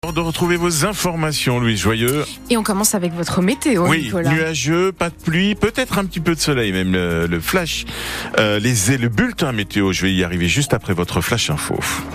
l'heure de retrouver vos informations, Louis Joyeux. Et on commence avec votre météo, oui, Nicolas. Nuageux, pas de pluie, peut-être un petit peu de soleil, même le flash, le bulletin météo. Je vais y arriver juste après votre flash info.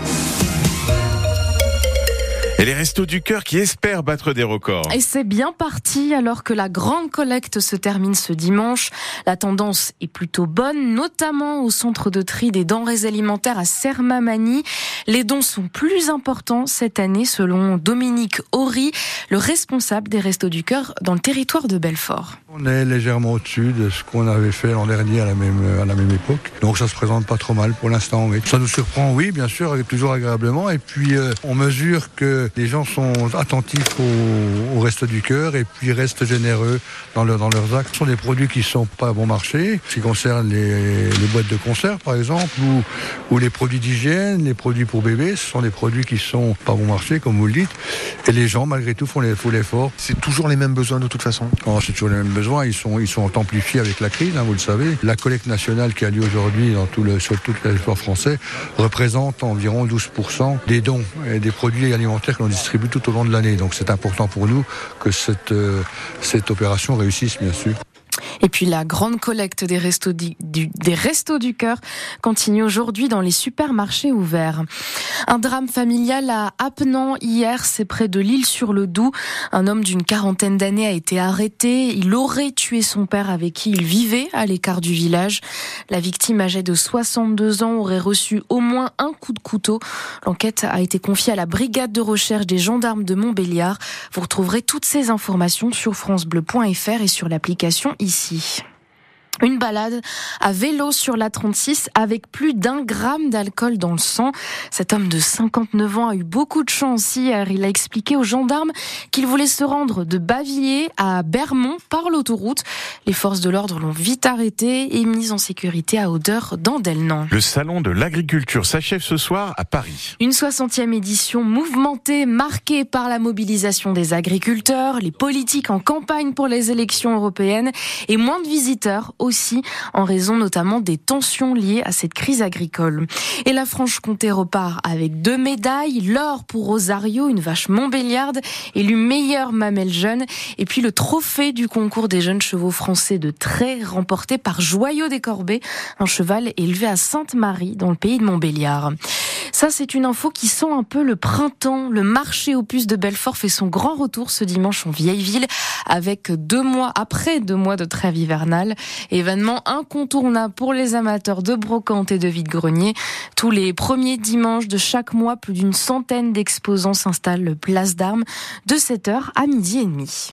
Et les Restos du Cœur qui espèrent battre des records. Et c'est bien parti alors que la grande collecte se termine ce dimanche. La tendance est plutôt bonne, notamment au centre de tri des denrées alimentaires à Sermamani. Les dons sont plus importants cette année selon Dominique Horry, le responsable des Restos du Cœur dans le territoire de Belfort. On est légèrement au-dessus de ce qu'on avait fait l'an dernier à la même époque. Donc ça se présente pas trop mal pour l'instant. Oui. Ça nous surprend, oui, bien sûr, toujours agréablement. Et puis on mesure que les gens sont attentifs au Restos du Cœur et puis restent généreux dans leurs actes. Ce sont des produits qui sont pas bon marché. Ce qui concerne les boîtes de conserve, par exemple, ou les produits d'hygiène, les produits pour bébés, ce sont des produits qui sont pas bon marché, comme vous le dites. Et les gens, malgré tout, font l'effort. C'est toujours les mêmes besoins de toute façon. Oh, c'est toujours les mêmes besoins. Ils sont amplifiés avec la crise, vous le savez. La collecte nationale qui a lieu aujourd'hui sur tout le territoire français représente environ 12% des dons et des produits alimentaires que l'on distribue tout au long de l'année. Donc c'est important pour nous que cette opération réussisse, bien sûr. Et puis la grande collecte des Restos du Cœur continue aujourd'hui dans les supermarchés ouverts. Un drame familial à Appenans hier, c'est près de l'Isle-sur-le-Doubs. Un homme d'une quarantaine d'années a été arrêté. Il aurait tué son père avec qui il vivait à l'écart du village. La victime, âgée de 62 ans, aurait reçu au moins un coup de couteau. L'enquête a été confiée à la brigade de recherche des gendarmes de Montbéliard. Vous retrouverez toutes ces informations sur francebleu.fr et sur l'application ici. Une balade à vélo sur l'A36 avec plus d'1 gramme d'alcool dans le sang. Cet homme de 59 ans a eu beaucoup de chance hier. Il a expliqué aux gendarmes qu'il voulait se rendre de Bavilliers à Bermont par l'autoroute. Les forces de l'ordre l'ont vite arrêté et mis en sécurité à hauteur d'Andelnan. Le salon de l'agriculture s'achève ce soir à Paris. Une 60e édition mouvementée, marquée par la mobilisation des agriculteurs, les politiques en campagne pour les élections européennes et moins de visiteurs aussi, en raison notamment des tensions liées à cette crise agricole. Et la Franche-Comté repart avec 2 médailles, l'or pour Rosario, une vache montbéliarde, élue meilleure mamelle jeune, et puis le trophée du concours des jeunes chevaux français de trait, remporté par Joyau des Corbets, un cheval élevé à Sainte-Marie, dans le pays de Montbéliard. Ça, c'est une info qui sent un peu le printemps. Le marché aux puces de Belfort fait son grand retour ce dimanche en vieille ville, avec 2 mois de trêve hivernale. Événement incontournable pour les amateurs de brocante et de vide-grenier. Tous les premiers dimanches de chaque mois, plus d'une centaine d'exposants s'installent place d'Armes de 7h à 12h30.